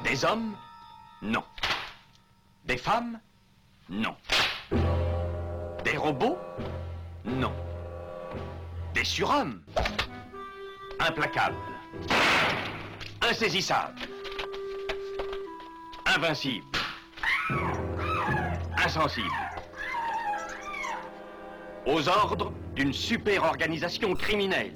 Des hommes? Non. Des femmes? Non. Des robots? Non. Des surhommes? Implacables. Insaisissables. Invincibles. Insensibles. Aux ordres d'une super organisation criminelle.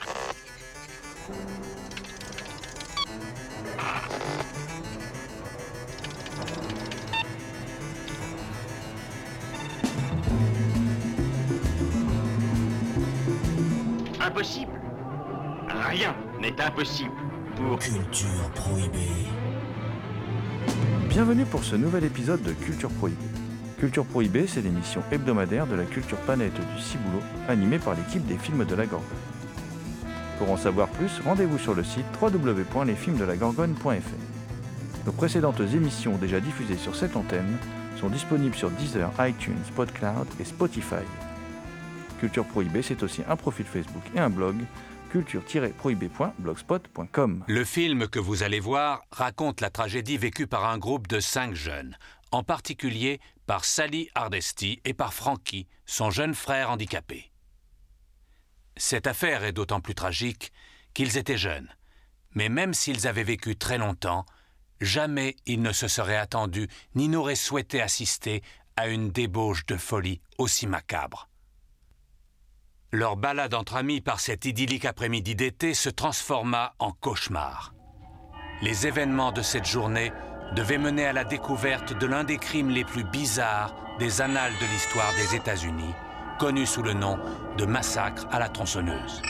Impossible. Rien n'est impossible pour... Culture Prohibée. Bienvenue pour ce nouvel épisode de Culture Prohibée. Culture Prohibée, c'est l'émission hebdomadaire de la culture planète du Ciboulot, animée par l'équipe des films de la Gorgone. Pour en savoir plus, rendez-vous sur le site www.lesfilmsdelagorgone.fr. Nos précédentes émissions déjà diffusées sur cette antenne sont disponibles sur Deezer, iTunes, PodCloud et Spotify. Culture Prohibée, c'est aussi un profil Facebook et un blog, culture-prohibée.blogspot.com. Le film que vous allez voir raconte la tragédie vécue par un groupe de 5 jeunes, en particulier par Sally Hardesty et par Frankie, son jeune frère handicapé. Cette affaire est d'autant plus tragique qu'ils étaient jeunes, mais même s'ils avaient vécu très longtemps, jamais ils ne se seraient attendus ni n'auraient souhaité assister à une débauche de folie aussi macabre. Leur balade entre amis par cet idyllique après-midi d'été se transforma en cauchemar. Les événements de cette journée devaient mener à la découverte de l'un des crimes les plus bizarres des annales de l'histoire des États-Unis, connu sous le nom de massacre à la tronçonneuse.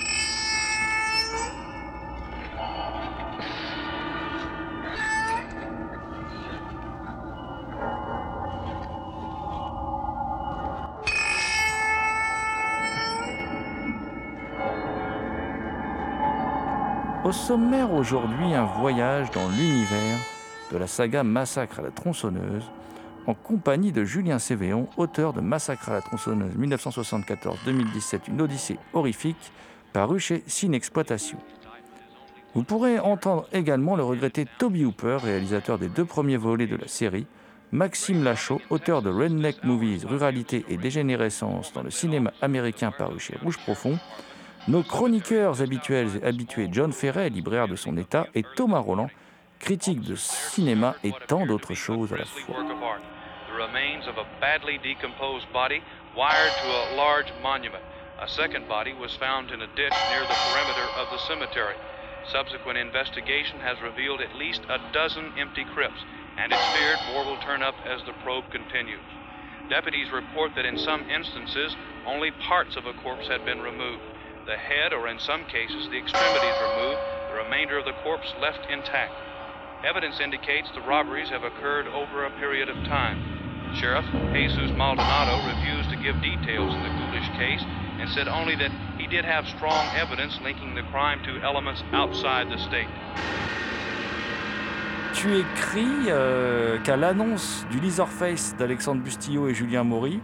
Au sommaire aujourd'hui, un voyage dans l'univers de la saga Massacre à la tronçonneuse, en compagnie de Julien Cévéon, auteur de Massacre à la tronçonneuse 1974-2017, une odyssée horrifique, paru chez Cinexploitation. Vous pourrez entendre également le regretté Toby Hooper, réalisateur des 2 premiers volets de la série, Maxime Lachaud, auteur de Redneck Movies, Ruralité et Dégénérescence dans le cinéma américain, paru chez Rouge Profond, nos chroniqueurs habituels et habitués John Ferret, libraire de son état, et Thomas Roland, critique de cinéma et tant d'autres choses à la fois. The remains of a badly decomposed body wired to a large monument. A second body was found in a ditch near the perimeter of the cemetery. Subsequent investigation has revealed at least a dozen empty crypts, and it's feared more will turn up as the probe continues. Deputies report that in some instances, only parts of a corpse had been removed. The head, or in some cases the extremities removed, the remainder of the corpse left intact. Evidence indicates the robberies have occurred over a period of time. Sheriff Jesus Maldonado refused to give details in the Ghoulish case and said only that he did have strong evidence linking the crime to elements outside the state. Tu écris qu'à l'annonce du Leatherface d'Alexandre Bustillo et Julien Maury,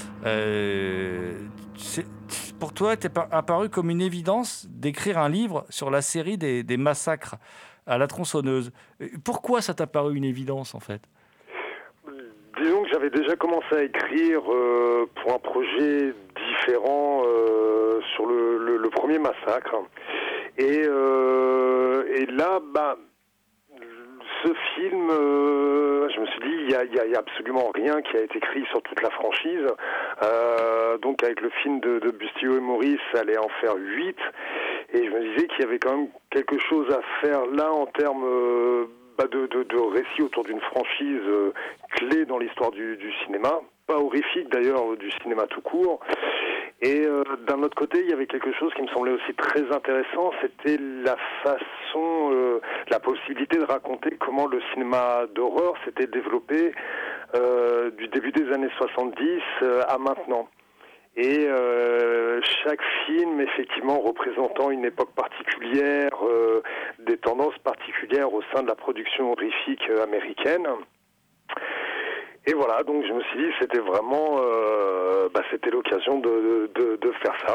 pour toi, t'es apparu comme une évidence d'écrire un livre sur la série des massacres à la tronçonneuse. Pourquoi ça t'a paru une évidence, en fait ? Disons que j'avais déjà commencé à écrire pour un projet différent sur le premier massacre. Et là, ce film, je me suis dit, il y a absolument rien qui a été écrit sur toute la franchise. Donc avec le film de Bustillo et Maurice, ça allait en faire 8. Et je me disais qu'il y avait quand même quelque chose à faire là en termes de récit autour d'une franchise clé dans l'histoire du cinéma. Pas horrifique d'ailleurs, du cinéma tout court. Et d'un autre côté, il y avait quelque chose qui me semblait aussi très intéressant, c'était la façon, la possibilité de raconter comment le cinéma d'horreur s'était développé du début des années 70 à maintenant. Et chaque film, effectivement, représentant une époque particulière, des tendances particulières au sein de la production horrifique américaine. Et voilà, donc je me suis dit c'était vraiment, c'était l'occasion de faire ça.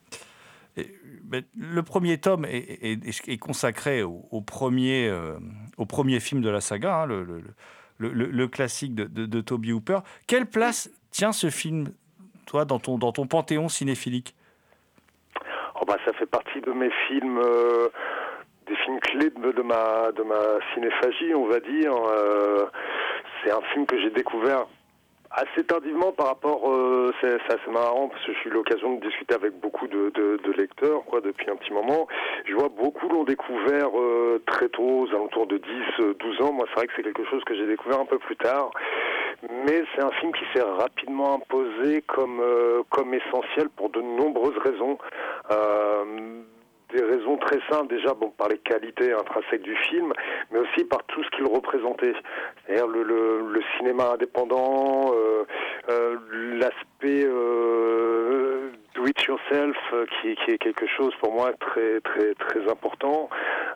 Le premier tome est consacré au premier au premier film de la saga, hein, le classique de Toby Hooper. Quelle place tient ce film, toi, dans ton panthéon cinéphilique ? Ça fait partie de mes films, des films clés de ma cinéphagie, on va dire. C'est un film que j'ai découvert assez tardivement par rapport, c'est assez marrant parce que j'ai eu l'occasion de discuter avec beaucoup de lecteurs depuis un petit moment. Je vois beaucoup l'ont découvert très tôt, aux alentours de 10-12 ans. Moi, c'est vrai que c'est quelque chose que j'ai découvert un peu plus tard. Mais c'est un film qui s'est rapidement imposé comme essentiel pour de nombreuses raisons. Des raisons très simples, déjà par les qualités intrinsèques du film, mais aussi par tout ce qu'il représentait. C'est-à-dire le cinéma indépendant, l'aspect do it yourself qui est quelque chose pour moi très très très important.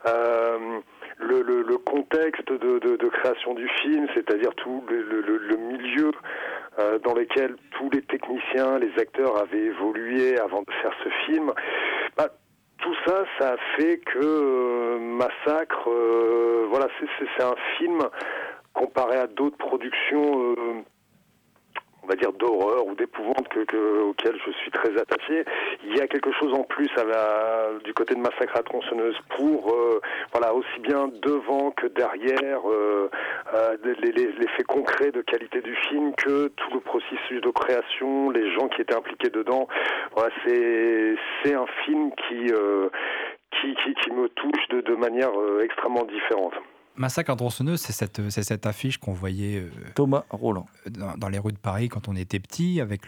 Le contexte de création du film, c'est-à-dire tout le milieu dans lequel tous les techniciens, les acteurs avaient évolué avant de faire ce film. Tout ça, ça a fait que Massacre, c'est un film comparé à d'autres productions, on va dire d'horreur ou d'épouvante auxquelles je suis très attaché. Il y a quelque chose en plus du côté de Massacre à la tronçonneuse pour, aussi bien devant que derrière l'effet concret de qualité du film que tout le processus de création, les gens qui étaient impliqués dedans. Voilà, c'est un film qui me touche de manière extrêmement différente. Massacre à tronçonneuse, c'est cette affiche qu'on voyait Thomas Roland dans les rues de Paris quand on était petit, avec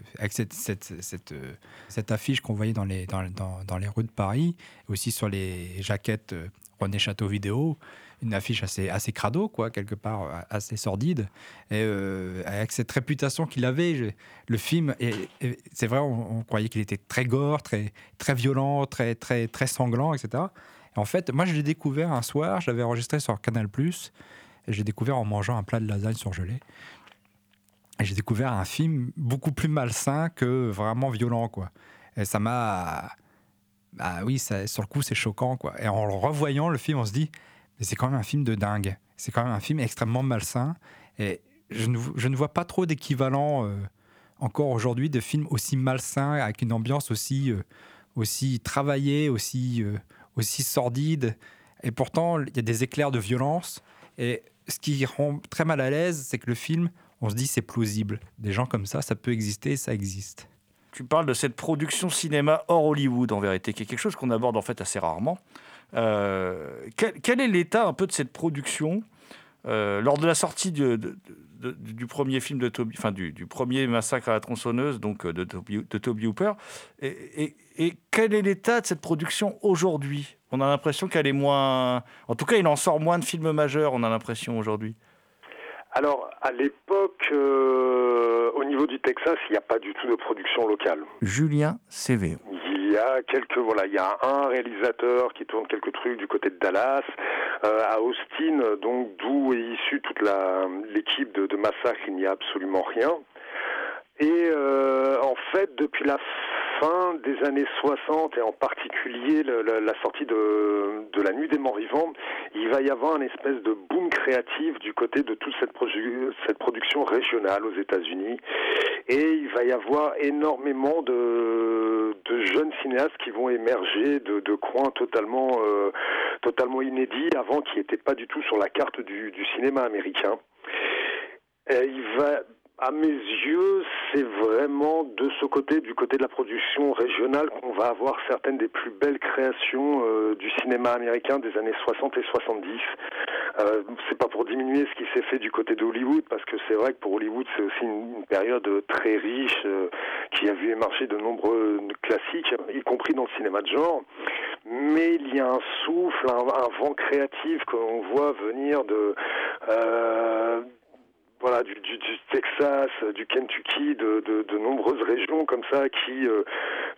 cette affiche qu'on voyait dans les rues de Paris, aussi sur les jaquettes René Château Vidéo, une affiche assez crado, quelque part assez sordide, et avec cette réputation qu'il avait, le film, et c'est vrai, on croyait qu'il était très gore, très, très violent, très, très, très sanglant, etc. En fait, moi, je l'ai découvert un soir, je l'avais enregistré sur Canal+, et j'ai découvert en mangeant un plat de lasagne surgelée. Et j'ai découvert un film beaucoup plus malsain que vraiment violent, Et ça m'a... sur le coup, c'est choquant, Et en le revoyant, le film, on se dit, mais c'est quand même un film de dingue. C'est quand même un film extrêmement malsain. Et je ne vois pas trop d'équivalent, encore aujourd'hui, de films aussi malsains, avec une ambiance aussi travaillée, aussi sordide, et pourtant il y a des éclairs de violence, et ce qui rend très mal à l'aise, c'est que le film, on se dit c'est plausible, des gens comme ça peut exister, ça existe. Tu parles de cette production cinéma hors Hollywood, en vérité, qui est quelque chose qu'on aborde en fait assez rarement. Quel est l'état un peu de cette production lors de la sortie du premier film de Toby, du premier Massacre à la tronçonneuse, donc de Toby Hooper, et quel est l'état de cette production aujourd'hui ? On a l'impression qu'elle est moins... En tout cas, il en sort moins de films majeurs, on a l'impression, aujourd'hui. Alors, à l'époque, au niveau du Texas, il n'y a pas du tout de production locale. Julien Cévéon. Il y a un réalisateur qui tourne quelques trucs du côté de Dallas, à Austin, donc d'où est issue toute l'équipe de Massacre, il n'y a absolument rien. Et en fait, depuis la fin des années 60, et en particulier la sortie de La Nuit des Morts Vivants, il va y avoir une espèce de boom créatif du côté de toute cette production régionale aux États-Unis. Et il va y avoir énormément de jeunes cinéastes qui vont émerger de coins totalement inédits, avant qui n'étaient pas du tout sur la carte du cinéma américain. À mes yeux, c'est vraiment de ce côté, du côté de la production régionale, qu'on va avoir certaines des plus belles créations du cinéma américain des années 60 et 70. C'est pas pour diminuer ce qui s'est fait du côté d'Hollywood, parce que c'est vrai que pour Hollywood, c'est aussi une période très riche qui a vu émerger de nombreux classiques, y compris dans le cinéma de genre. Mais il y a un souffle, un vent créatif qu'on voit venir du Texas, du Kentucky, de nombreuses régions comme ça qui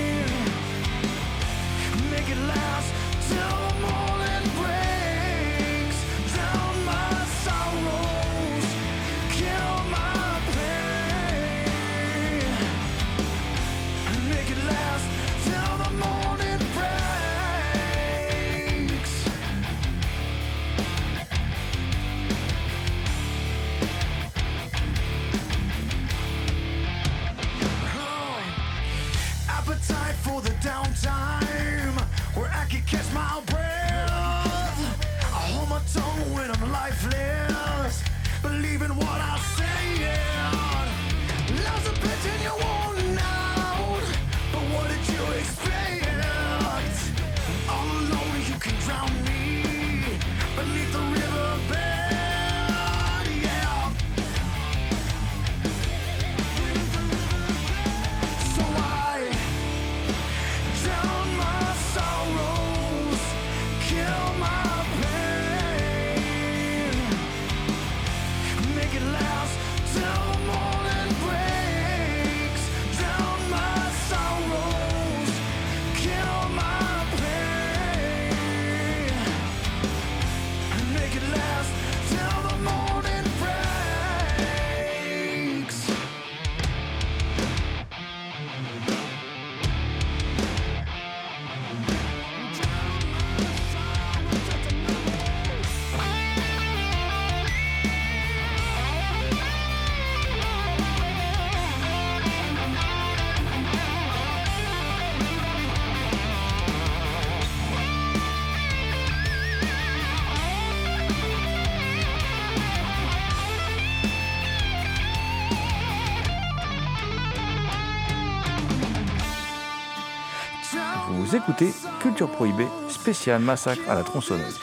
Vous écoutez Culture Prohibée, spécial Massacre à la tronçonneuse.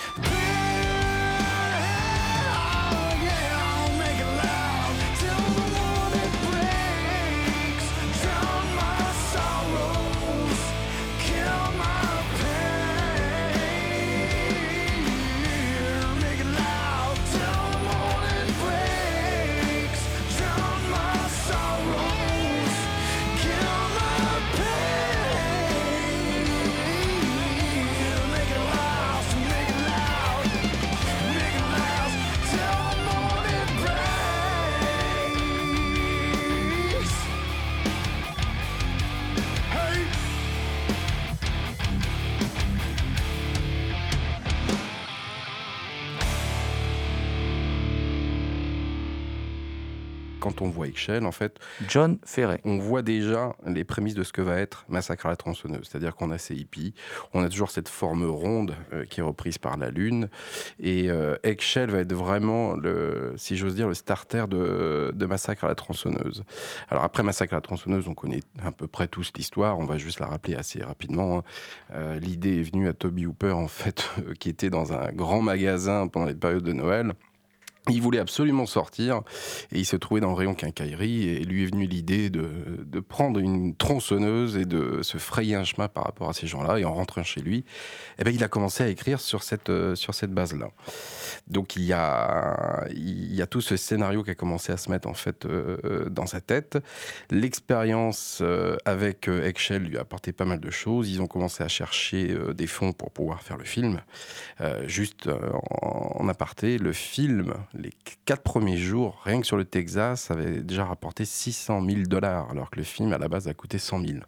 Quand on voit Echelle, en fait, John Ferret. on voit déjà les prémices de ce que va être Massacre à la tronçonneuse. C'est-à-dire qu'on a ces hippies, on a toujours cette forme ronde qui est reprise par la lune. Et Echelle va être vraiment, si j'ose dire, le starter de Massacre à la tronçonneuse. Alors après Massacre à la tronçonneuse, on connaît à peu près tous l'histoire. On va juste la rappeler assez rapidement. L'idée est venue à Toby Hooper, en fait, qui était dans un grand magasin pendant les périodes de Noël. Il voulait absolument sortir et il se trouvait dans le rayon quincaillerie et lui est venue l'idée de prendre une tronçonneuse et de se frayer un chemin par rapport à ces gens-là. Et en rentrant chez lui, il a commencé à écrire sur cette base-là. Donc il y a tout ce scénario qui a commencé à se mettre en fait dans sa tête. L'expérience avec Echelle lui a apporté pas mal de choses. Ils ont commencé à chercher des fonds pour pouvoir faire le film. Juste en aparté, le film, les 4 premiers jours, rien que sur le Texas, avait déjà rapporté $600 000, alors que le film, à la base, a coûté 100 000.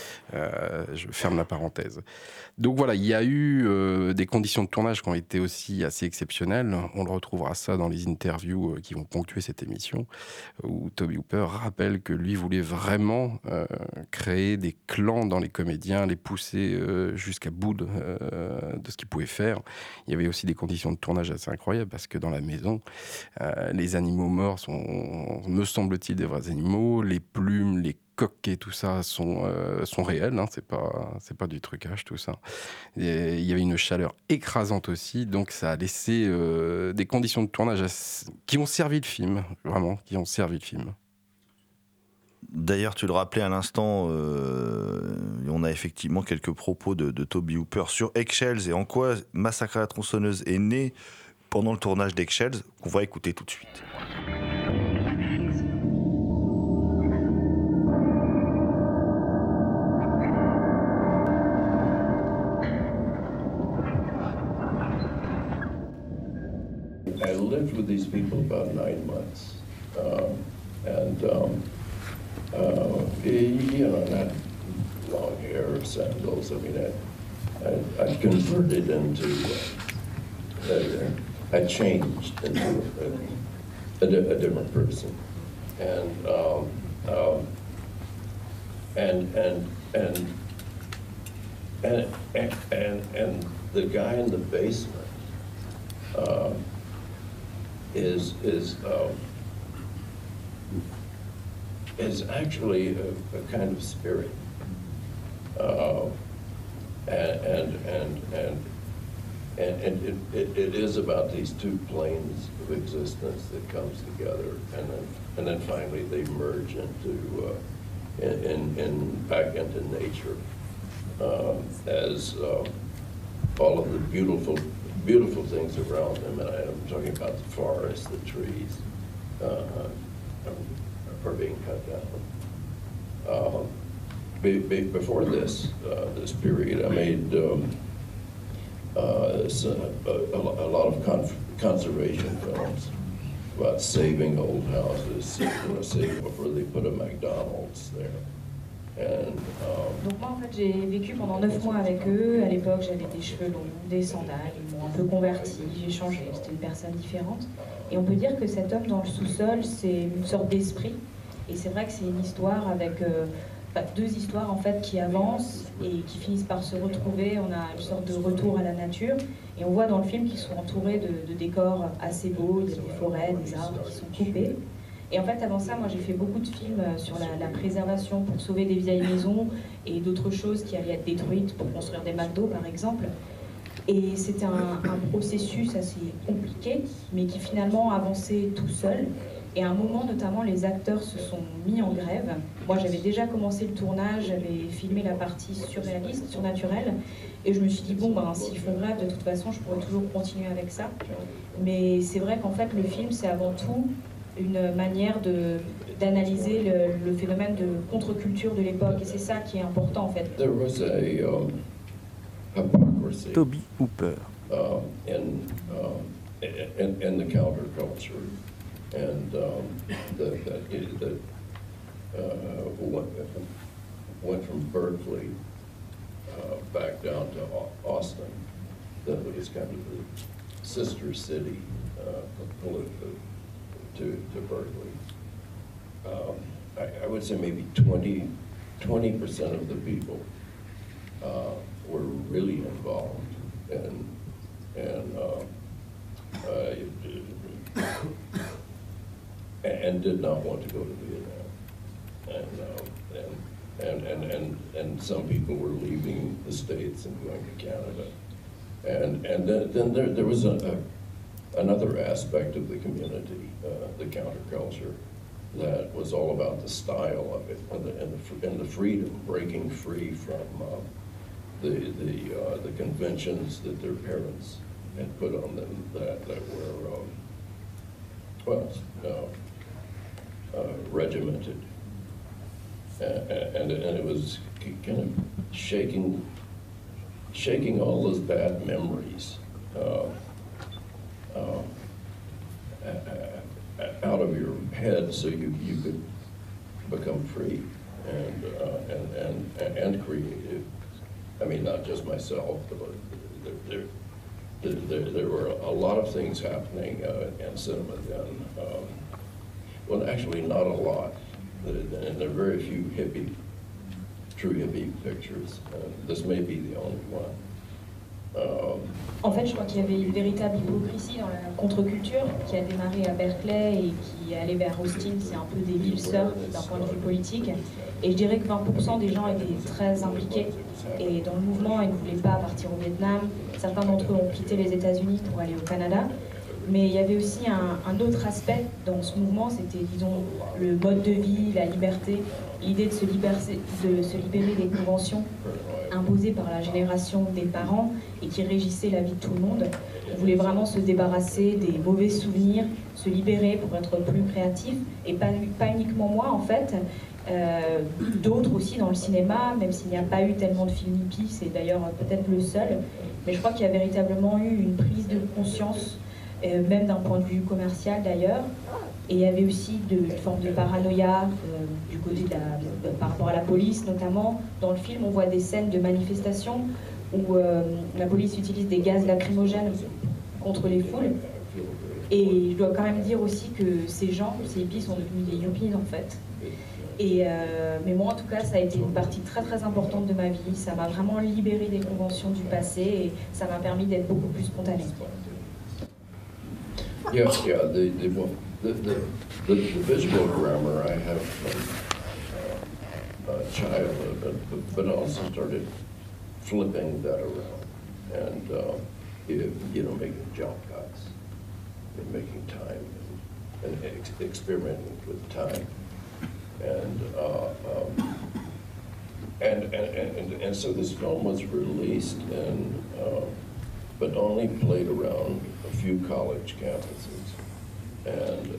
Je ferme la parenthèse. Donc voilà, il y a eu des conditions de tournage qui ont été aussi assez exceptionnelles. On le retrouvera ça dans les interviews qui vont ponctuer cette émission, où Toby Hooper rappelle que lui voulait vraiment créer des clans dans les comédiens, les pousser jusqu'à bout de ce qu'ils pouvaient faire. Il y avait aussi des conditions de tournage assez incroyables, parce que dans la maison, les animaux morts sont, me semble-t-il, des vrais animaux. Les plumes, les coques et tout ça sont réels, hein, c'est pas du trucage tout ça. Et il y avait une chaleur écrasante aussi, donc ça a laissé des conditions de tournage qui ont servi le film, vraiment, qui ont servi le film. D'ailleurs, tu le rappelais à l'instant, on a effectivement quelques propos de Toby Hooper sur Eggshells et en quoi Massacre à la tronçonneuse est né pendant le tournage d'Eggshells, qu'on va écouter tout de suite. I lived with these people about 9 months, you know, not long hair or sandals. I mean, I converted into, I changed into a different person, and the guy in the basement is actually a kind of spirit, and it is about these two planes of existence that comes together, and then finally they merge into back into nature as all of the beautiful things around them, and I'm talking about the forest, the trees, are being cut down. Before this period, I made a lot of conservation films about saving old houses, saving before they put a McDonald's there. Donc moi en fait j'ai vécu pendant 9 mois avec eux. À l'époque j'avais des cheveux longs, des sandales, ils m'ont un peu converti, j'ai changé, c'était une personne différente. Et on peut dire que cet homme dans le sous-sol c'est une sorte d'esprit. Et c'est vrai que c'est une histoire avec deux histoires en fait qui avancent et qui finissent par se retrouver. On a une sorte de retour à la nature et on voit dans le film qu'ils sont entourés de décors assez beaux, il y a des forêts, des arbres qui sont coupés. Et en fait, avant ça, moi, j'ai fait beaucoup de films sur la préservation pour sauver des vieilles maisons et d'autres choses qui allaient être détruites pour construire des McDo, par exemple. Et c'était un processus assez compliqué, mais qui finalement avançait tout seul. Et à un moment, notamment, les acteurs se sont mis en grève. Moi, j'avais déjà commencé le tournage, j'avais filmé la partie surréaliste, surnaturelle. Et je me suis dit, bon, ben, s'ils font grève, de toute façon, je pourrais toujours continuer avec ça. Mais c'est vrai qu'en fait, le film, c'est avant tout une manière d'analyser le phénomène de contre-culture de l'époque. Et c'est ça qui est important, en fait. There was a hypocrisy Toby Hooper. in the counterculture, and that went from Berkeley back down to Austin. That was kind of the sister city politically to Berkeley. I would say maybe 20% of the people were really involved and did not want to go to Vietnam, and some people were leaving the States and going to Canada, and then there was another aspect of the community, the counterculture, that was all about the style of it and the freedom, breaking free from the conventions that their parents had put on them that were regimented, and it was kind of shaking all those bad memories out of your head, so you could become free and creative. I mean, not just myself, but there were a lot of things happening in cinema then. Well, actually, not a lot. And there are very few true hippie pictures. This may be the only one. En fait, je crois qu'il y avait une véritable hypocrisie dans la contre-culture qui a démarré à Berkeley et qui allait vers Austin. C'est un peu des villes sœurs d'un point de vue politique. Et je dirais que 20% des gens étaient très impliqués et dans le mouvement, ils ne voulaient pas partir au Vietnam. Certains d'entre eux ont quitté les États-Unis pour aller au Canada. Mais il y avait aussi un autre aspect dans ce mouvement, c'était, disons, le mode de vie, la liberté, l'idée de se libérer des conventions imposées par la génération des parents et qui régissaient la vie de tout le monde. On voulait vraiment se débarrasser des mauvais souvenirs, se libérer pour être plus créatif, et pas uniquement moi en fait, d'autres aussi dans le cinéma, même s'il n'y a pas eu tellement de films hippies, c'est d'ailleurs peut-être le seul, mais je crois qu'il y a véritablement eu une prise de conscience, même d'un point de vue commercial d'ailleurs, et il y avait aussi une forme de paranoïa du côté par rapport à la police notamment. Dans le film, on voit des scènes de manifestations où la police utilise des gaz lacrymogènes contre les foules. Et je dois quand même dire aussi que ces hippies sont devenus des yuppies en fait. Mais moi en tout cas, ça a été une partie très très importante de ma vie. Ça m'a vraiment libérée des conventions du passé et ça m'a permis d'être beaucoup plus spontanée. Yeah, the visual grammar I have from childhood, but also started flipping that around and making jump cuts and making time and experimenting with time and so this film was released but only played around a few college campuses, and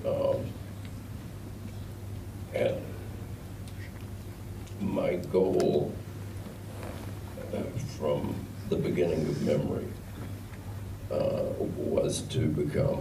my goal from the beginning of memory was to become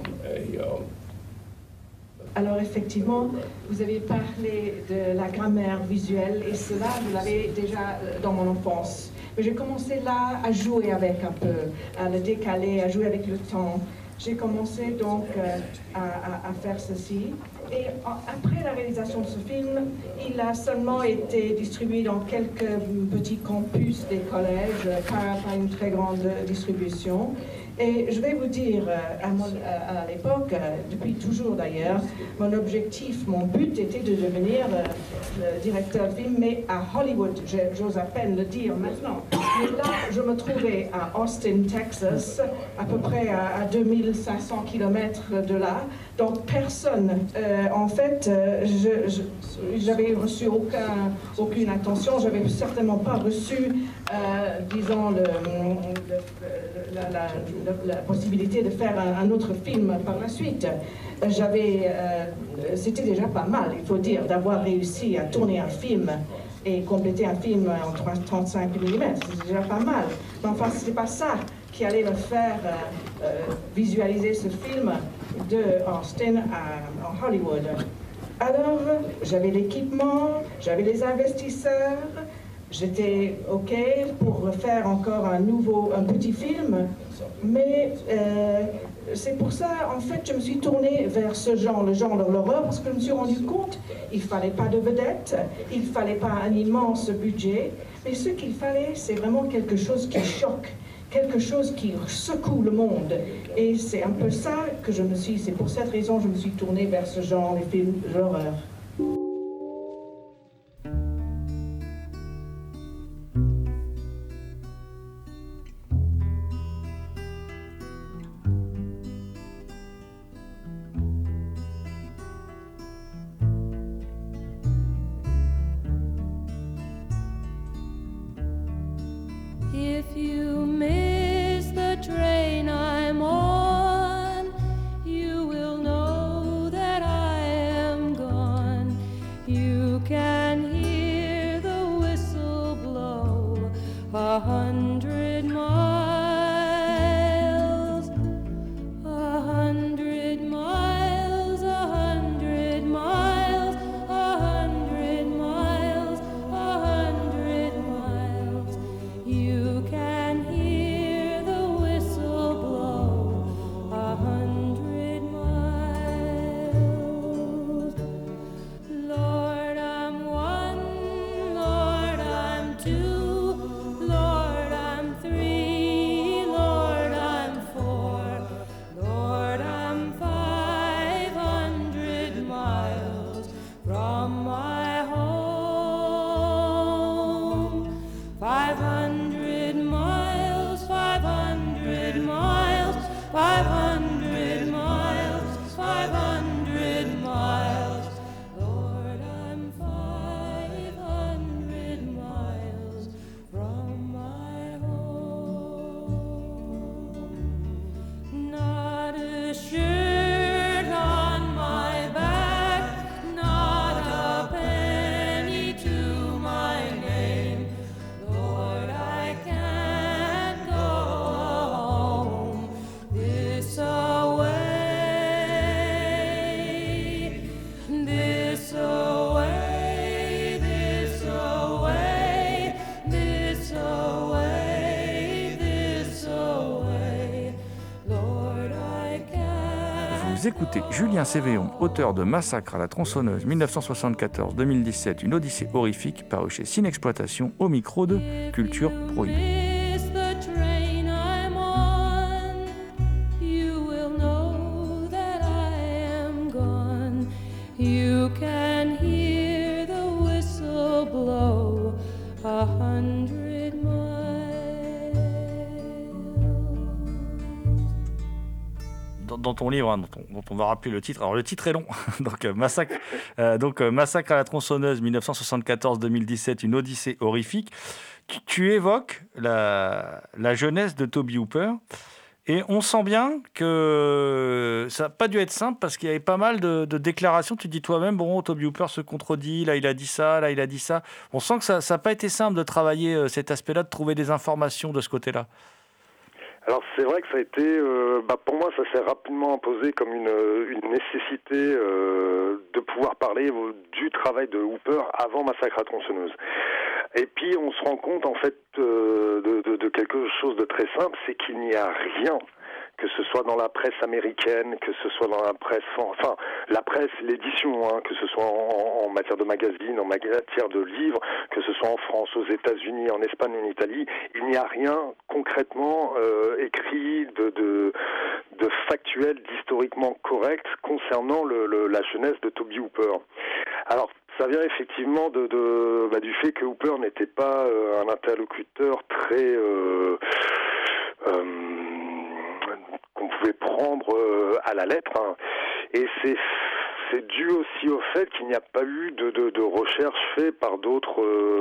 Alors effectivement, vous avez parlé de la grammaire visuelle et cela, je l'avais déjà dans mon enfance. Mais j'ai commencé là à jouer avec un peu, à le décaler, à jouer avec le temps. J'ai commencé donc à faire ceci. Et après la réalisation de ce film, il a seulement été distribué dans quelques petits campus des collèges, pas une très grande distribution. Et je vais vous dire, à l'époque, depuis toujours d'ailleurs, mon objectif, mon but était de devenir le directeur de film, mais à Hollywood, j'ose à peine le dire maintenant. Mais là, je me trouvais à Austin, Texas, à peu près à 2500 km de là. Donc personne, en fait, j'avais reçu aucune attention, j'avais certainement pas reçu, disons, la possibilité de faire un autre film par la suite. C'était déjà pas mal, il faut dire, d'avoir réussi à tourner un film et compléter un film en 35 mm, c'est déjà pas mal. Mais enfin, c'était pas ça qui allait me faire visualiser ce film de Austin à Hollywood. Alors, j'avais l'équipement, j'avais les investisseurs, j'étais OK pour faire encore un petit film, mais c'est pour ça, en fait, je me suis tournée vers ce genre, le genre de l'horreur, parce que je me suis rendu compte, il ne fallait pas de vedette, il ne fallait pas un immense budget, mais ce qu'il fallait, c'est vraiment quelque chose qui choque, quelque chose qui secoue le monde. Et c'est un peu ça que c'est pour cette raison que je me suis tournée vers ce genre, les films d'horreur. If you miss the train I'm on, you will know that I am gone. You can hear the whistle blow 100 miles, 100 miles, 100 miles, 100 miles, 100 miles. You can hear the whistle blow 100 miles. Lord, I'm one, Lord, I'm two, Lord, I'm three, Lord, I'm four, Lord, I'm 500 miles from my home. 500 miles, 500 miles, 500 miles, 500 miles. Lord, I'm 500 miles from my home. Not a shirt on my back, not a penny to my name. Lord, I can't go home this away, this away, this away, this away, this away. Lord, I can't. Vous écoutez Julien Sévéon, auteur de Massacre à la tronçonneuse 1974-2017, une odyssée horrifique, paru chez Cinexploitation, au micro de Culture Prohibée. Miss the train I'm on, you will know that I am gone. You can hear the whistle blow 100 miles. Dans ton livre, hein, dont on va rappeler le titre. Alors le titre est long, Massacre à la tronçonneuse 1974-2017, une odyssée horrifique. Tu évoques la jeunesse de Tobe Hooper, et on sent bien que ça n'a pas dû être simple parce qu'il y avait pas mal de déclarations. Tu dis toi-même, bon, Tobe Hooper se contredit, là il a dit ça, là il a dit ça. On sent que ça n'a pas été simple de travailler cet aspect-là, de trouver des informations de ce côté-là. Alors c'est vrai que ça a été, pour moi ça s'est rapidement imposé comme une nécessité de pouvoir parler du travail de Hooper avant Massacre à la tronçonneuse. Et puis on se rend compte en fait de quelque chose de très simple, c'est qu'il n'y a rien que ce soit dans la presse américaine, que ce soit dans la presse, enfin la presse, l'édition, hein, que ce soit en matière de magazine, en matière de livres, que ce soit en France, aux États-Unis, en Espagne, en Italie, il n'y a rien concrètement écrit de factuel, d'historiquement correct concernant la jeunesse de Toby Hooper. Alors, ça vient effectivement du fait que Hooper n'était pas un interlocuteur très qu'on pouvait prendre à la lettre, hein. Et c'est dû aussi au fait qu'il n'y a pas eu de recherche faite par d'autres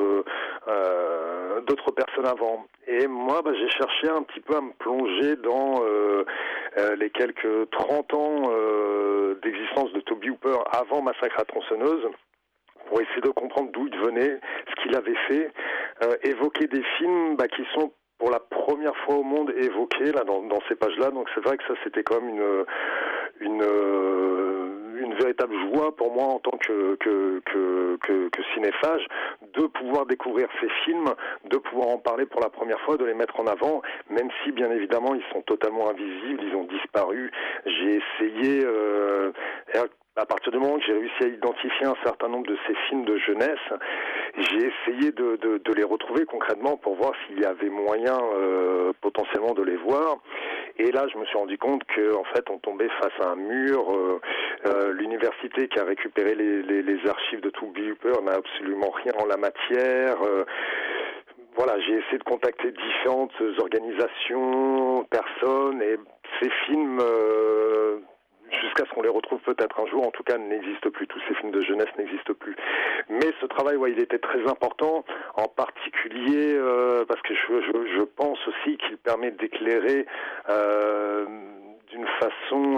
personnes avant. Et moi, j'ai cherché un petit peu à me plonger dans les quelques 30 ans d'existence de Toby Hooper avant Massacre à la tronçonneuse, pour essayer de comprendre d'où il venait, ce qu'il avait fait, évoquer des films qui sont pour la première fois au monde évoqués là dans ces pages-là. Donc c'est vrai que ça c'était quand même une véritable joie pour moi en tant que cinéphage de pouvoir découvrir ces films, de pouvoir en parler pour la première fois, de les mettre en avant, même si bien évidemment ils sont totalement invisibles, ils ont disparu. J'ai essayé à partir du moment que j'ai réussi à identifier un certain nombre de ces films de jeunesse, j'ai essayé de les retrouver concrètement pour voir s'il y avait moyen potentiellement de les voir. Et là, je me suis rendu compte qu'en fait, on tombait face à un mur. L'université qui a récupéré les archives de Toby Hooper n'a absolument rien en la matière. Voilà, j'ai essayé de contacter différentes organisations, personnes, et ces films... jusqu'à ce qu'on les retrouve peut-être un jour, en tout cas n'existent plus, tous ces films de jeunesse n'existent plus. Mais ce travail, il était très important, en particulier parce que je pense aussi qu'il permet d'éclairer d'une façon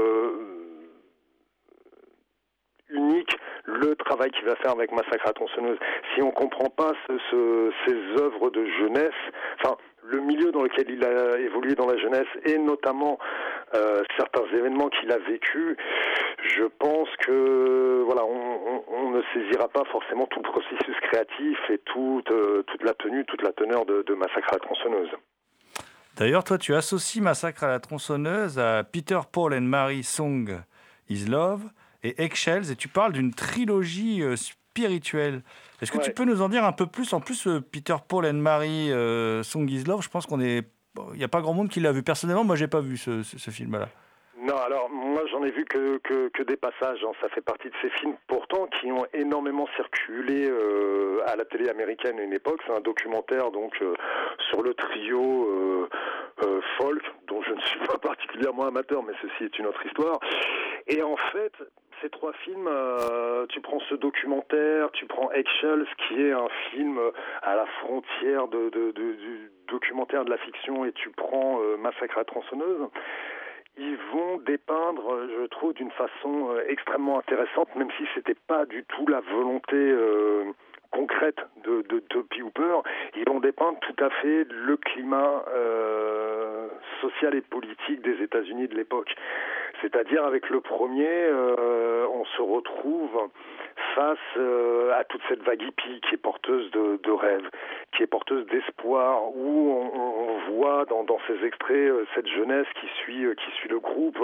unique le travail qu'il va faire avec Massacre à la tronçonneuse. Si on ne comprend pas ces œuvres de jeunesse, le milieu dans lequel il a évolué dans la jeunesse et notamment certains événements qu'il a vécus, je pense que on ne saisira pas forcément tout le processus créatif et toute la teneur de Massacre à la tronçonneuse. D'ailleurs, toi, tu associes Massacre à la tronçonneuse à Peter, Paul and Mary Song is Love et Eggshells, et tu parles d'une trilogie spirituelle. Est-ce que tu peux nous en dire un peu plus? En plus, Peter, Paul and Mary Song is Love, je pense il n'y a pas grand monde qui l'a vu. Personnellement, moi, j'ai pas vu ce film-là. Non, alors moi j'en ai vu que des passages, hein. Ça fait partie de ces films pourtant qui ont énormément circulé à la télé américaine à une époque. C'est un documentaire donc sur le trio folk, dont je ne suis pas particulièrement amateur, mais ceci est une autre histoire. Et en fait, ces trois films, tu prends ce documentaire, tu prends Eggshells, qui est un film à la frontière du documentaire, de la fiction, et tu prends Massacre à la tronçonneuse. Ils vont dépeindre, je trouve, d'une façon extrêmement intéressante, même si c'était pas du tout la volonté concrète de Toby Hooper. Ils vont dépeindre tout à fait le climat social et politique des États-Unis de l'époque. C'est-à-dire, avec le premier, on se retrouve face à toute cette vague hippie qui est porteuse de rêves, qui est porteuse d'espoir, où on voit dans ces extraits cette jeunesse qui suit le groupe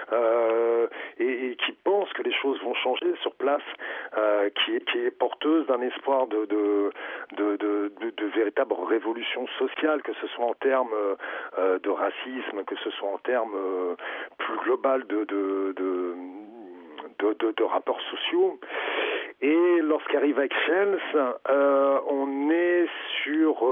et qui pense que les choses vont changer sur place, qui est porteuse d'un espoir de véritable révolution sociale, que ce soit en termes de racisme, que ce soit en termes plus global de rapports sociaux. Et lorsqu'arrive Eggshells, on est sur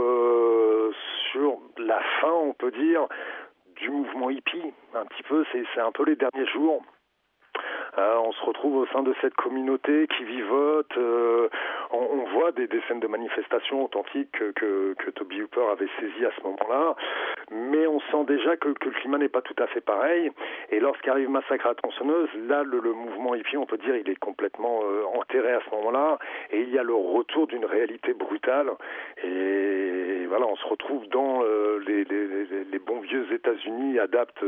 la fin, on peut dire, du mouvement hippie. Un petit peu, c'est un peu les derniers jours. On se retrouve au sein de cette communauté qui vivote. On voit des scènes de manifestations authentiques que Toby Hooper avait saisies à ce moment-là, mais on sent déjà que le climat n'est pas tout à fait pareil. Et lorsqu'arrive Massacre à la tronçonneuse, là, le mouvement hippie, on peut dire, il est complètement enterré à ce moment-là, et il y a le retour d'une réalité brutale. Et voilà, on se retrouve dans les bons vieux États-Unis adeptes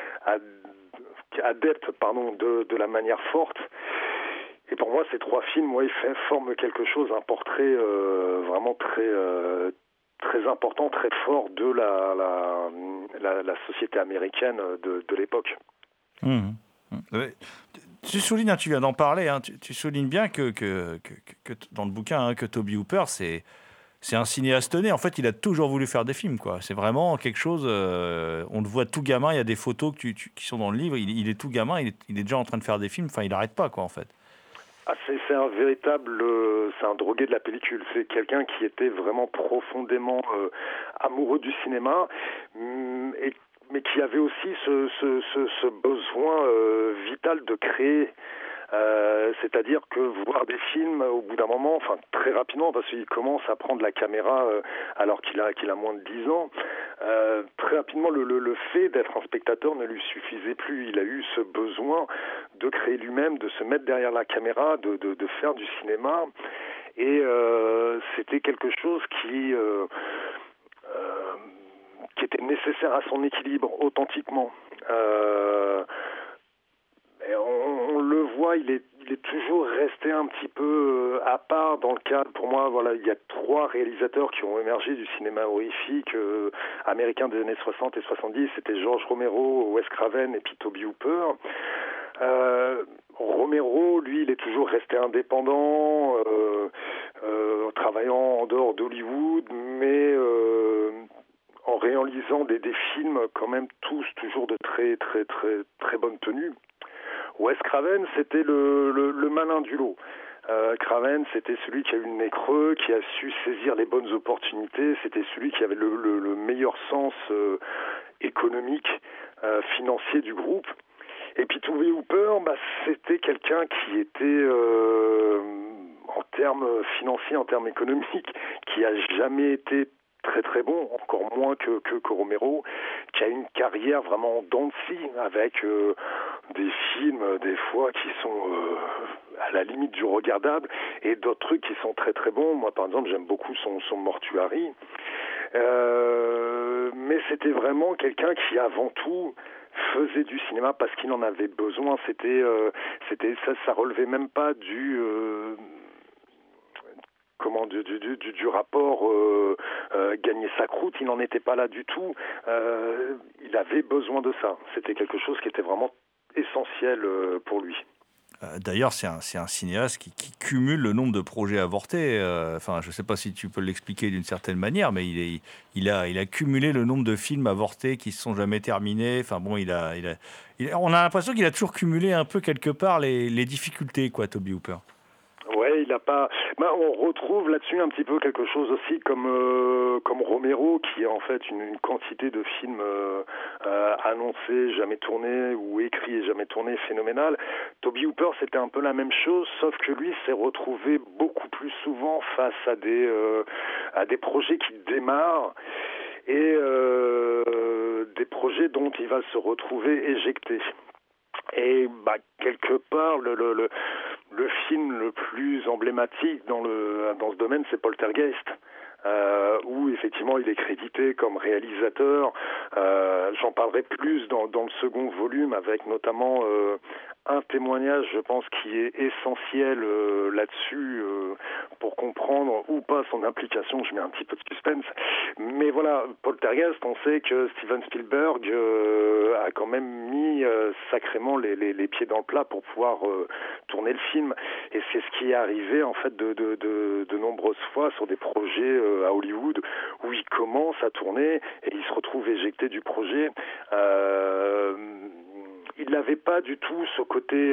de la manière forte. Et pour moi, ces trois films, ils forment quelque chose, un portrait vraiment très très important, très fort de la société américaine de l'époque. Tu soulignes, tu viens d'en parler, tu soulignes bien que dans le bouquin, que Tobe Hooper, c'est un cinéaste né. En fait, il a toujours voulu faire des films, quoi. C'est vraiment quelque chose... on le voit tout gamin, il y a des photos qui sont dans le livre, il est tout gamin, il est déjà en train de faire des films, enfin, il n'arrête pas, quoi, en fait. Ah, c'est un véritable... c'est un drogué de la pellicule. C'est quelqu'un qui était vraiment profondément amoureux du cinéma, mais qui avait aussi ce besoin vital de créer. C'est-à-dire que voir des films au bout d'un moment, enfin très rapidement, parce qu'il commence à prendre la caméra alors qu'il a moins de 10 ans, très rapidement le fait d'être un spectateur ne lui suffisait plus. Il a eu ce besoin de créer lui-même, de se mettre derrière la caméra, de faire du cinéma, et c'était quelque chose qui était nécessaire à son équilibre, authentiquement. Et on le voit, il est toujours resté un petit peu à part dans le cadre. Pour moi, voilà, il y a 3 réalisateurs qui ont émergé du cinéma horrifique américain des années 60 et 70. C'était George Romero, Wes Craven et puis Tobe Hooper. Romero, lui, il est toujours resté indépendant, travaillant en dehors d'Hollywood, mais en réalisant des films quand même tous toujours de très très très très bonne tenue. Wes Craven, c'était le malin du lot. Craven, c'était celui qui a eu le nez creux, qui a su saisir les bonnes opportunités, c'était celui qui avait le meilleur sens économique, financier du groupe. Et puis Tobe Hooper, c'était quelqu'un qui était, en termes financiers, en termes économiques, qui a jamais été très très bon, encore moins que Romero, qui a une carrière vraiment en dents de scie, avec des films des fois qui sont à la limite du regardable et d'autres trucs qui sont très très bons. Moi par exemple j'aime beaucoup son Mortuary, mais c'était vraiment quelqu'un qui avant tout faisait du cinéma parce qu'il en avait besoin. Ça relevait même pas du rapport gagner sa croûte, il n'en était pas là du tout. Il avait besoin de ça. C'était quelque chose qui était vraiment essentiel pour lui. D'ailleurs, c'est un cinéaste qui cumule le nombre de projets avortés. Enfin, je ne sais pas si tu peux l'expliquer d'une certaine manière, mais il a cumulé le nombre de films avortés qui ne se sont jamais terminés. Enfin bon, on a l'impression qu'il a toujours cumulé un peu quelque part les difficultés, quoi, Tobe Hooper. Ouais, il a pas. On retrouve là-dessus un petit peu quelque chose aussi comme Romero, qui a en fait une quantité de films annoncés, jamais tournés, ou écrits et jamais tournés, phénoménal. Tobe Hooper, c'était un peu la même chose, sauf que lui s'est retrouvé beaucoup plus souvent face à des projets qui démarrent et des projets dont il va se retrouver éjecté. Et quelque part, le film le plus emblématique dans ce domaine, c'est Poltergeist, où effectivement il est crédité comme réalisateur. J'en parlerai plus dans le second volume, avec notamment un témoignage, je pense, qui est essentiel là-dessus pour comprendre ou pas son implication. Je mets un petit peu de suspense. Mais voilà, Poltergeist, on sait que Steven Spielberg a quand même mis sacrément les pieds dans le plat pour pouvoir tourner le film. Et c'est ce qui est arrivé en fait de nombreuses fois sur des projets à Hollywood où il commence à tourner et il se retrouve éjecté du projet. Il n'avait pas du tout ce côté,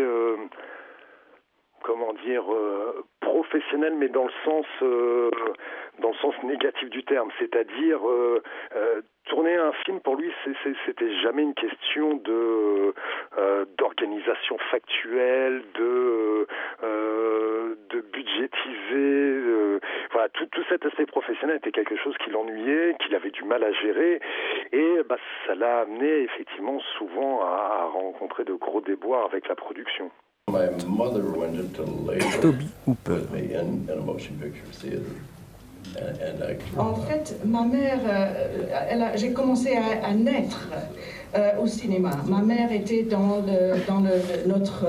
professionnel, mais dans le sens négatif du terme. C'est-à-dire, tourner un film, pour lui, c'était jamais une question d'organisation factuelle, de budgétiser. Voilà, tout cet aspect professionnel était quelque chose qui l'ennuyait, qu'il avait du mal à gérer, et ça l'a amené effectivement souvent à rencontrer de gros déboires avec la production. My mother went into labor Tobe Hooper. with me in a motion picture theater. En fait, ma mère, j'ai commencé à naître au cinéma. Ma mère était dans notre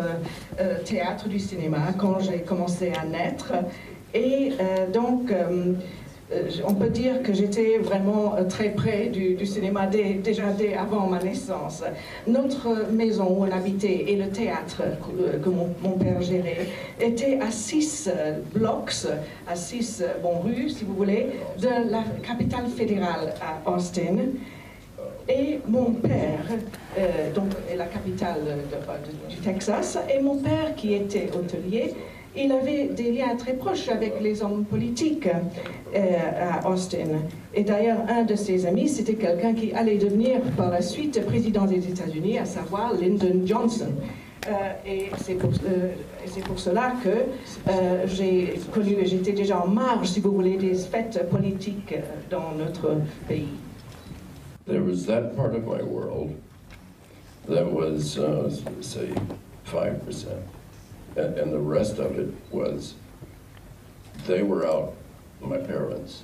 théâtre du cinéma quand j'ai commencé à naître. Et donc, on peut dire que j'étais vraiment très près du cinéma déjà avant ma naissance. Notre maison où on habitait et le théâtre que mon père gérait était à 6 blocs, à 6 rues, si vous voulez, de la capitale fédérale à Austin. Et mon père, donc est la capitale du Texas, et mon père qui était hôtelier, il avait des liens très proches avec les hommes politiques à Austin. Et d'ailleurs, un de ses amis, c'était quelqu'un qui allait devenir par la suite président des États-Unis, à savoir Lyndon Johnson. Et c'est pour cela que j'étais déjà en marge, si vous voulez, des fêtes politiques dans notre pays. There was that part of my world that was, say, 5%. And the rest of it was, they were out, my parents,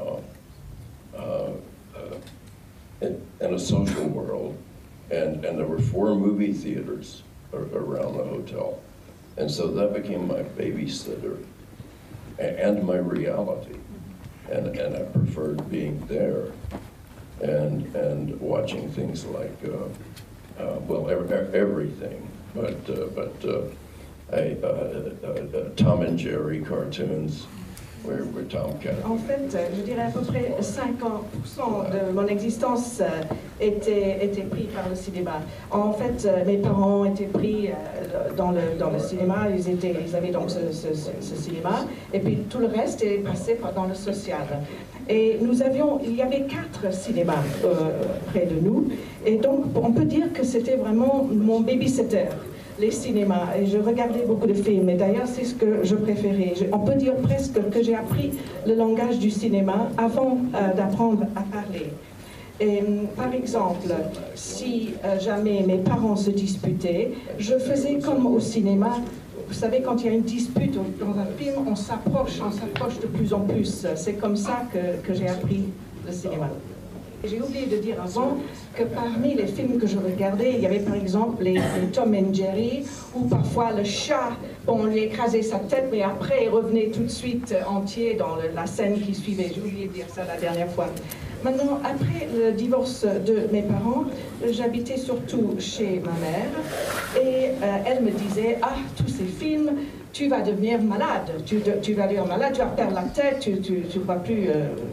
in a social world, and there were 4 movie theaters around the hotel. And so that became my babysitter and my reality. And I preferred being there and watching things like, everything, but Tom and Jerry cartoons, where Tomcat. En fait, je dirais à peu près 50% de mon existence était pris par le cinéma. En fait, mes parents étaient pris dans le cinéma, ils avaient donc ce cinéma, et puis tout le reste est passé dans le social. Et il y avait 4 cinémas près de nous, et donc on peut dire que c'était vraiment mon babysitter, les cinémas, et je regardais beaucoup de films, et d'ailleurs c'est ce que je préférais. On peut dire presque que j'ai appris le langage du cinéma avant d'apprendre à parler. Et, par exemple, si jamais mes parents se disputaient, je faisais comme au cinéma. Vous savez, quand il y a une dispute dans un film, on s'approche de plus en plus. C'est comme ça que j'ai appris le cinéma. J'ai oublié de dire avant que parmi les films que je regardais, il y avait par exemple les Tom and Jerry, où parfois le chat, on lui écrasait sa tête, mais après il revenait tout de suite entier dans la scène qui suivait. J'ai oublié de dire ça la dernière fois. Maintenant, après le divorce de mes parents, j'habitais surtout chez ma mère, et elle me disait, tous ces films, tu vas devenir malade, tu vas devenir malade, tu vas perdre la tête, tu ne pourras plus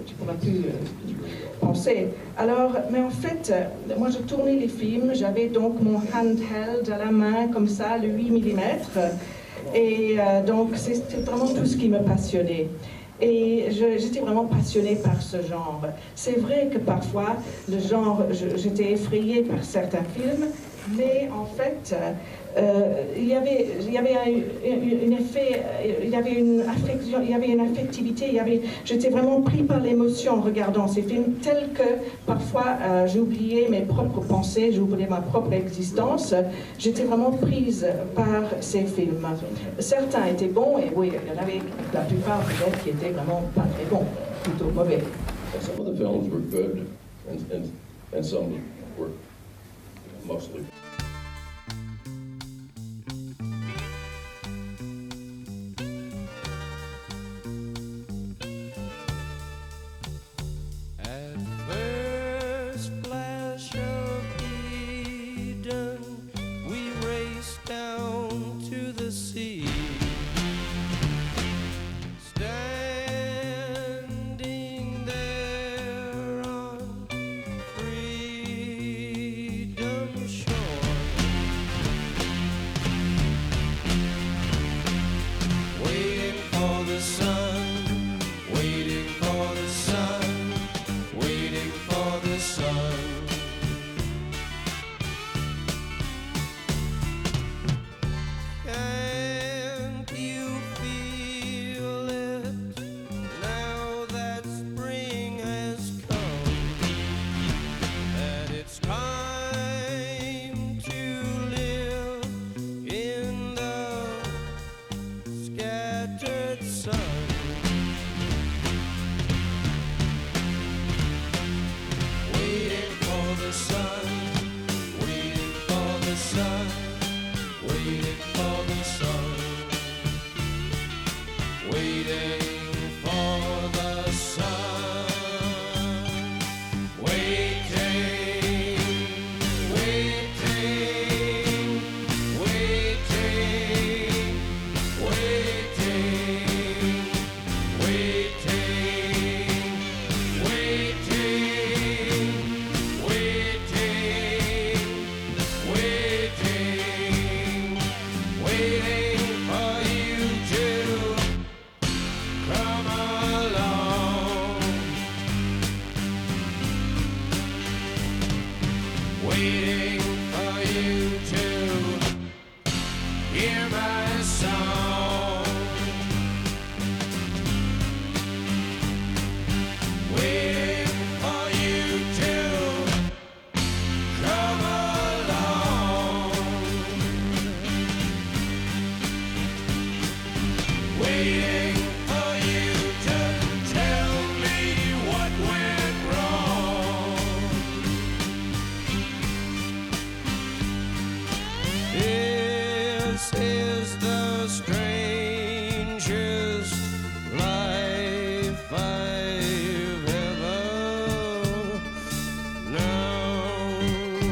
penser. Alors, mais en fait, moi je tournais les films, j'avais donc mon handheld à la main, comme ça, le 8 mm, et donc c'était vraiment tout ce qui me passionnait. Et j'étais vraiment passionnée par ce genre. C'est vrai que parfois, le genre, j'étais effrayée par certains films, mais en fait, il y avait une affectivité, j'étais vraiment pris par l'émotion en regardant ces films, tels que parfois j'oubliais mes propres pensées, j'oubliais ma propre existence. J'étais vraiment prise par ces films. Certains étaient bons, et oui, il y en avait la plupart peut-être qui étaient vraiment pas très bons, plutôt mauvais. Some of the films were good, and some were mostly. Freedom shore. waiting for you to tell me what went wrong. This is the strangest life I've ever known.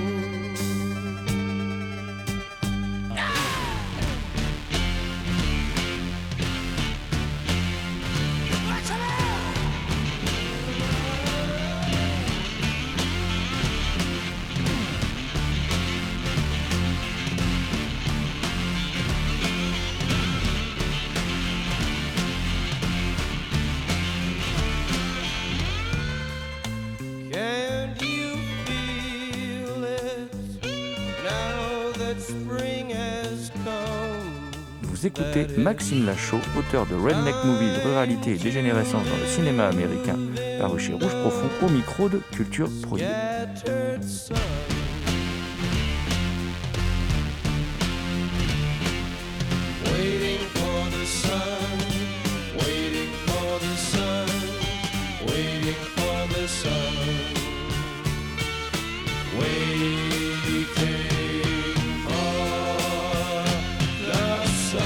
Can't you feel it now that spring has come? Vous écoutez Maxime Lachaud, auteur de Redneck Movies, Ruralité et Dégénérescence dans le cinéma américain, paru chez Rouge Profond, au micro de Culture Prohibée. Scattered sun. Waiting for the sun, waiting for the sun, waiting for the sun, waiting for the sun.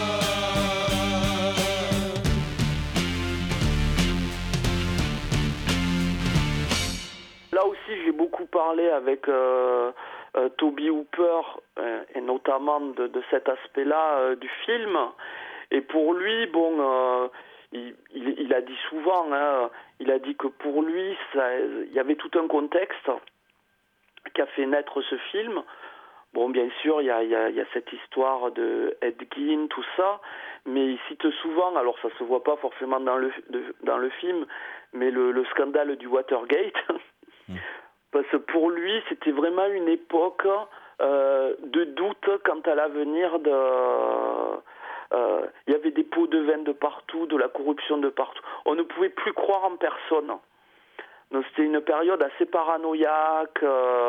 Là aussi, j'ai beaucoup parlé avec Tobe Hooper, et notamment de cet aspect-là du film. Et pour lui, bon, il a dit souvent, hein, il a dit que pour lui, il y avait tout un contexte qui a fait naître ce film. Bon, bien sûr, il y a cette histoire de Ed Gein, tout ça, mais il cite souvent, alors ça se voit pas forcément dans le film, mais le scandale du Watergate. Parce que pour lui, c'était vraiment une époque de doute quant à l'avenir de... Il y avait des pots de vin de partout, de la corruption de partout. On ne pouvait plus croire en personne. Donc c'était une période assez paranoïaque.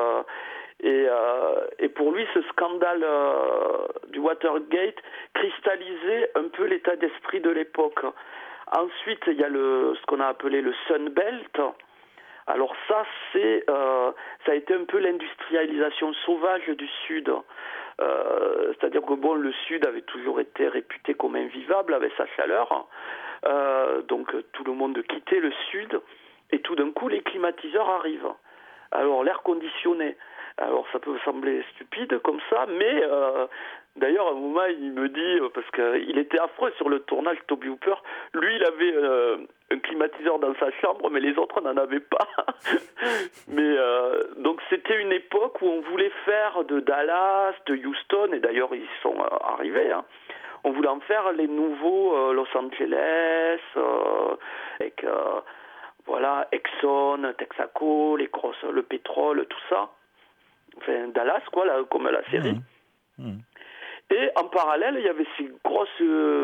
Et pour lui, ce scandale du Watergate cristallisait un peu l'état d'esprit de l'époque. Ensuite, il y a ce qu'on a appelé le Sun Belt. Alors ça a été un peu l'industrialisation sauvage du Sud. C'est-à-dire que bon, le Sud avait toujours été réputé comme invivable avec sa chaleur. Donc tout le monde quittait le Sud et tout d'un coup les climatiseurs arrivent. Alors l'air conditionné. Alors ça peut sembler stupide comme ça, mais d'ailleurs à un moment il me dit, parce qu'il était affreux sur le tournage, Tobe Hooper, lui il avait un climatiseur dans sa chambre, mais les autres n'en avaient pas. Mais donc c'était une époque où on voulait faire de Dallas, de Houston, et d'ailleurs ils y sont arrivés, hein. On voulait en faire les nouveaux Los Angeles, avec voilà, Exxon, Texaco, le pétrole, tout ça. Enfin, Dallas, quoi, là, comme la série. Et en parallèle, il y avait ces grosses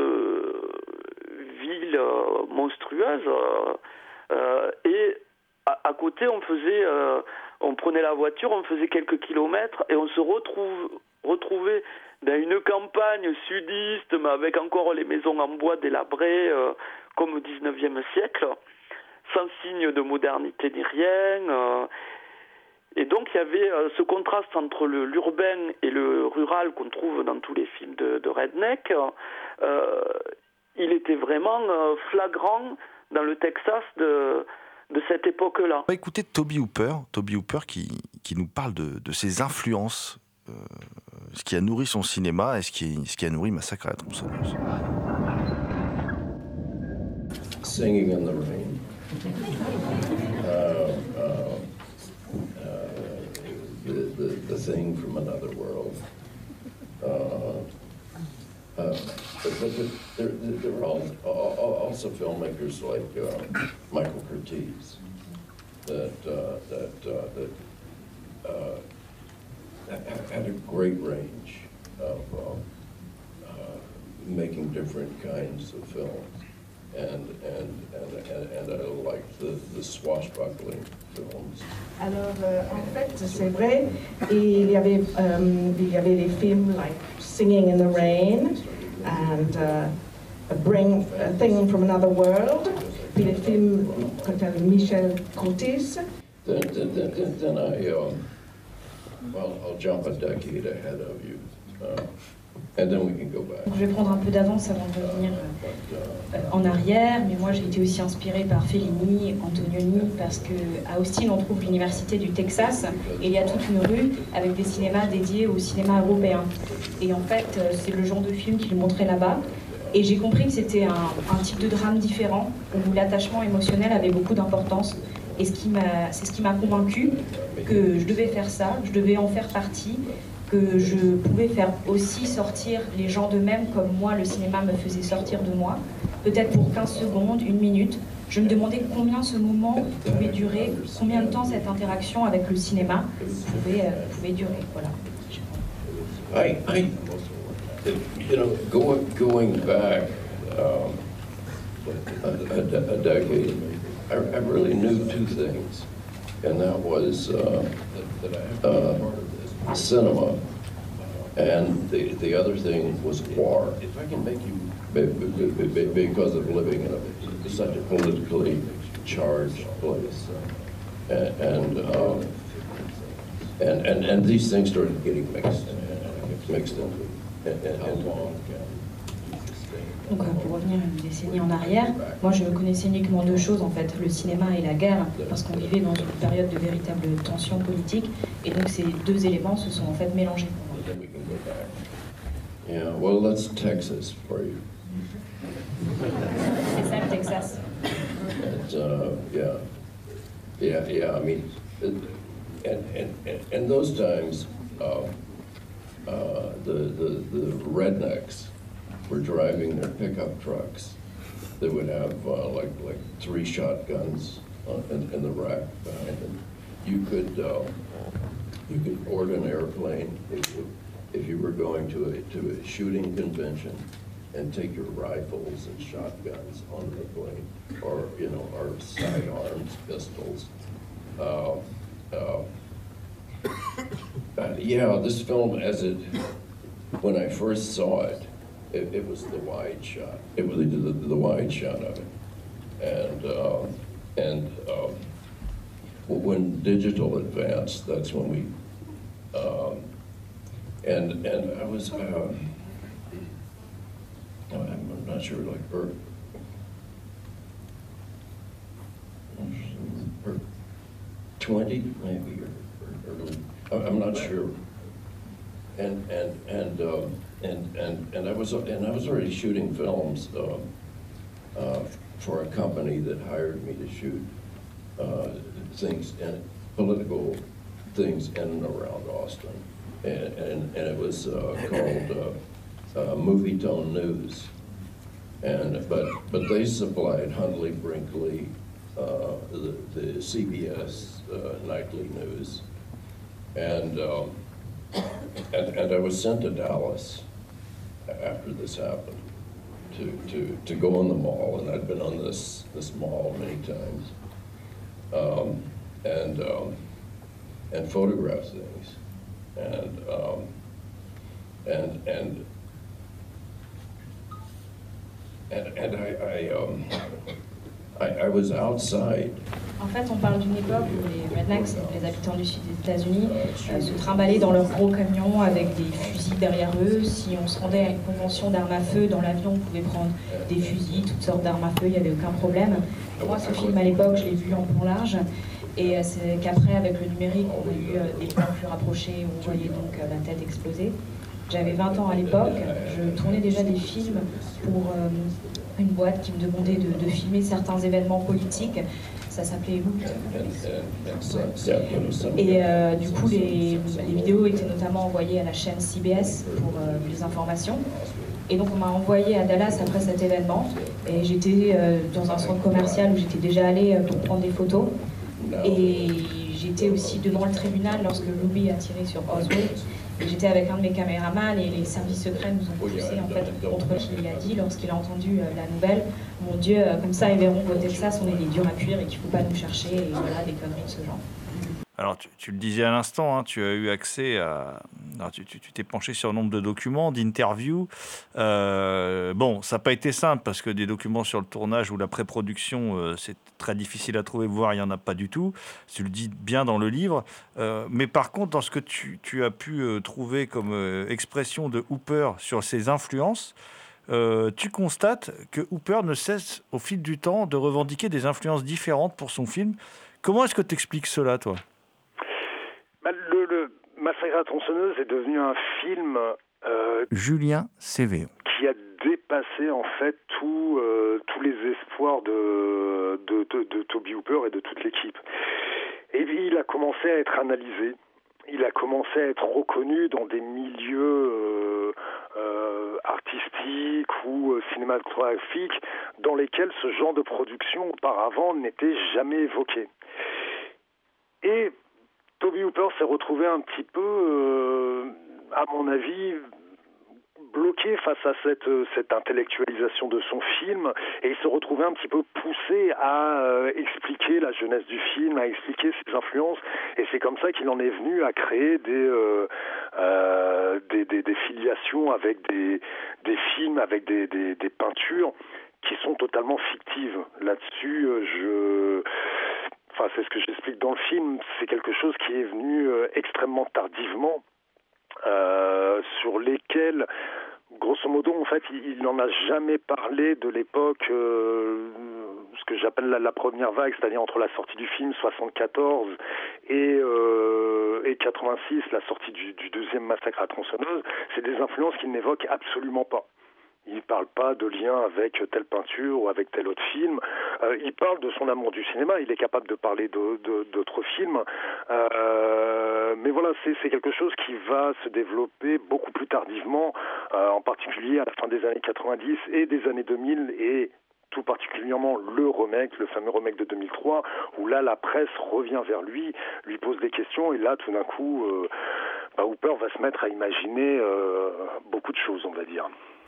villes monstrueuses. Et à côté, on prenait la voiture, on faisait quelques kilomètres et on se retrouvait dans une campagne sudiste, mais avec encore les maisons en bois délabrées, comme au 19e siècle, sans signe de modernité ni rien. Et donc il y avait ce contraste entre l'urbain et le rural qu'on trouve dans tous les films de Redneck. Il était vraiment flagrant dans le Texas de cette époque-là. On va écouter Tobe Hooper qui nous parle de ses influences, ce qui a nourri son cinéma et ce qui a nourri Massacre à la tronçonneuse. Singing in the Rain. The Thing from Another World. But there were also filmmakers like Michael Curtiz that had a great range of making different kinds of films. And I liked the swashbuckling films. Alors, en fait, c'est vrai, il y avait des films like Singing in the Rain and Bring a Thing from Another World, puis le film de Michel Curtis. Then I'll jump a decade ahead of you, and then we can go back. Je vais prendre un peu d'avance avant de revenir en arrière, mais moi j'ai été aussi inspirée par Fellini, Antonioni, parce qu'à Austin on trouve l'université du Texas et il y a toute une rue avec des cinémas dédiés au cinéma européen. Et en fait c'est le genre de film qu'ils montraient là-bas. Et j'ai compris que c'était un type de drame différent, où l'attachement émotionnel avait beaucoup d'importance. Et c'est ce qui m'a convaincu que je devais faire ça, je devais en faire partie, que je pouvais faire aussi sortir les gens d'eux-mêmes comme moi, le cinéma me faisait sortir de moi. Peut-être pour 15 secondes, 1 minute. Je me demandais combien ce moment pouvait durer, combien de temps cette interaction avec le cinéma pouvait durer. Voilà. You know, going back a decade, I really knew 2 things, and that was cinema, and the other thing was war. Because of living in such a politically charged place, and these things started getting mixed into. Donc pour revenir une décennie en arrière, moi je connaissais uniquement 2 choses en fait, le cinéma et la guerre, parce qu'on vivait dans une période de véritable tension politique, et donc ces 2 éléments se sont en fait mélangés pour moi. Yeah, well, that's Texas for you. C'est ça le Texas. Yeah. I mean, and those times, the rednecks were driving their pickup trucks. They would have like 3 shotguns in the rack behind them. You could board an airplane if you were going to a shooting convention and take your rifles and shotguns on the plane, or or sidearms, pistols. Yeah, this film, when I first saw it, it was the wide shot. It was the wide shot of it, and when digital advanced, that's when we, and I was, I'm not sure, like, or 20 maybe, or I'm not sure. And I was already shooting films for a company that hired me to shoot things and political things in and around Austin, and it was called Movie Tone News, but they supplied Hundley Brinkley, the CBS nightly news, and I was sent to Dallas after this happened to go on the mall, and I'd been on this mall many times, and photograph things, and I was outside. En fait, on parle d'une époque où les rednecks, les habitants du sud des États-Unis, se trimballaient dans leurs gros camions avec des fusils derrière eux. Si on se rendait à une convention d'armes à feu, dans l'avion, on pouvait prendre des fusils, toutes sortes d'armes à feu, il n'y avait aucun problème. Moi, ce film, à l'époque, je l'ai vu en plan large. Et c'est qu'après, avec le numérique, on a eu des plans plus rapprochés où on voyait donc la tête exploser. J'avais 20 ans à l'époque, je tournais déjà des films pour une boîte qui me demandait de filmer certains événements politiques. Ça s'appelait Hoot. Et du coup, les vidéos étaient notamment envoyées à la chaîne CBS pour les informations. Et donc on m'a envoyé à Dallas après cet événement. Et j'étais dans un centre commercial où j'étais déjà allée pour prendre des photos. Et j'étais aussi devant le tribunal lorsque Ruby a tiré sur Oswald. Et j'étais avec un de mes caméramans et les services secrets nous ont poussé en fait contre ce qu'il a dit lorsqu'il a entendu la nouvelle. Mon Dieu, comme ça ils verront qu'au Texas on est des durs à cuire et qu'il ne faut pas nous chercher et voilà, des conneries de ce genre. Alors, tu le disais à l'instant, hein, tu as eu accès à... Alors, tu t'es penché sur un nombre de documents, d'interviews. Bon, ça n'a pas été simple parce que des documents sur le tournage ou la pré-production, c'est très difficile à trouver, voire il n'y en a pas du tout. Tu le dis bien dans le livre. Mais par contre, dans ce que tu as pu trouver comme expression de Hooper sur ses influences, tu constates que Hooper ne cesse au fil du temps de revendiquer des influences différentes pour son film. Comment est-ce que tu expliques cela, toi ? Le Massacre à la tronçonneuse est devenu un film Julien Sévéon, qui a dépassé en fait tous les espoirs de Tobe Hooper et de toute l'équipe. Et puis, il a commencé à être analysé. Il a commencé à être reconnu dans des milieux artistiques ou cinématographiques dans lesquels ce genre de production auparavant n'était jamais évoqué. Et Tobe Hooper s'est retrouvé un petit peu, à mon avis, bloqué face à cette intellectualisation de son film, et il se retrouvait un petit peu poussé à expliquer la jeunesse du film, à expliquer ses influences, et c'est comme ça qu'il en est venu à créer des filiations avec des films, avec des peintures qui sont totalement fictives. Là-dessus, c'est ce que j'explique dans le film, c'est quelque chose qui est venu extrêmement tardivement, sur lesquels, grosso modo, en fait, il n'en a jamais parlé de l'époque, ce que j'appelle la première vague, c'est-à-dire entre la sortie du film 74 et 86, la sortie du deuxième Massacre à la tronçonneuse. C'est des influences qu'il n'évoque absolument pas. Il ne parle pas de lien avec telle peinture ou avec tel autre film. Il parle de son amour du cinéma. Il est capable de parler d'autres films. Mais voilà, c'est quelque chose qui va se développer beaucoup plus tardivement, en particulier à la fin des années 90 et des années 2000, et tout particulièrement le fameux remake de 2003, où là, la presse revient vers lui pose des questions, et là, tout d'un coup, Hooper va se mettre à imaginer beaucoup de choses, on va dire.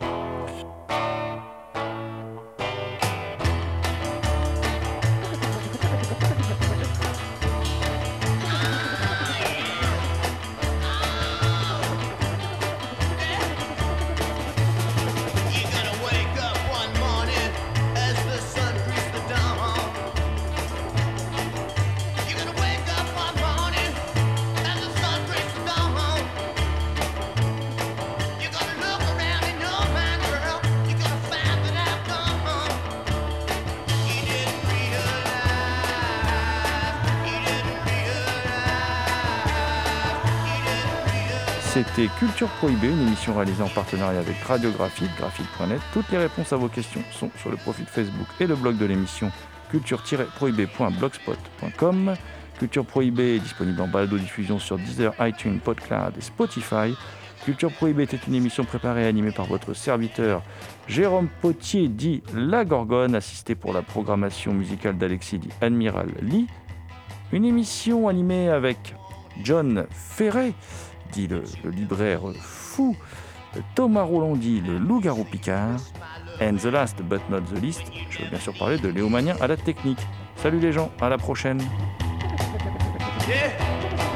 C'était Culture Prohibée, une émission réalisée en partenariat avec Radiographite, graphite.net. Toutes les réponses à vos questions sont sur le profil Facebook et le blog de l'émission culture-prohibée.blogspot.com. Culture Prohibée est disponible en balado-diffusion sur Deezer, iTunes, PodCloud et Spotify. Culture Prohibée était une émission préparée et animée par votre serviteur Jérôme Potier, dit La Gorgone, assisté pour la programmation musicale d'Alexis, dit Admiral Lee. Une émission animée avec John Ferret, dit le libraire fou, Thomas Rolandi, le loup-garou Picard, and the last but not the least, je veux bien sûr parler de Léo Magnien à la technique. Salut les gens, à la prochaine. Yeah.